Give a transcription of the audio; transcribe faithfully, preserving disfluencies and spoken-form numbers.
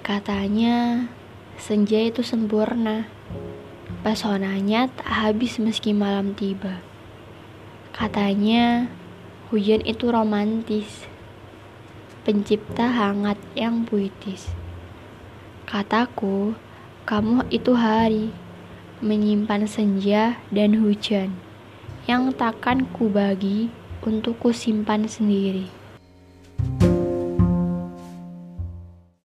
Katanya, senja itu sempurna. Pesonanya tak habis meski malam tiba. Katanya, hujan itu romantis. Pencipta hangat yang puitis. Kataku, kamu itu hari, menyimpan senja dan hujan, yang takkan kubagi untuk kusimpan sendiri.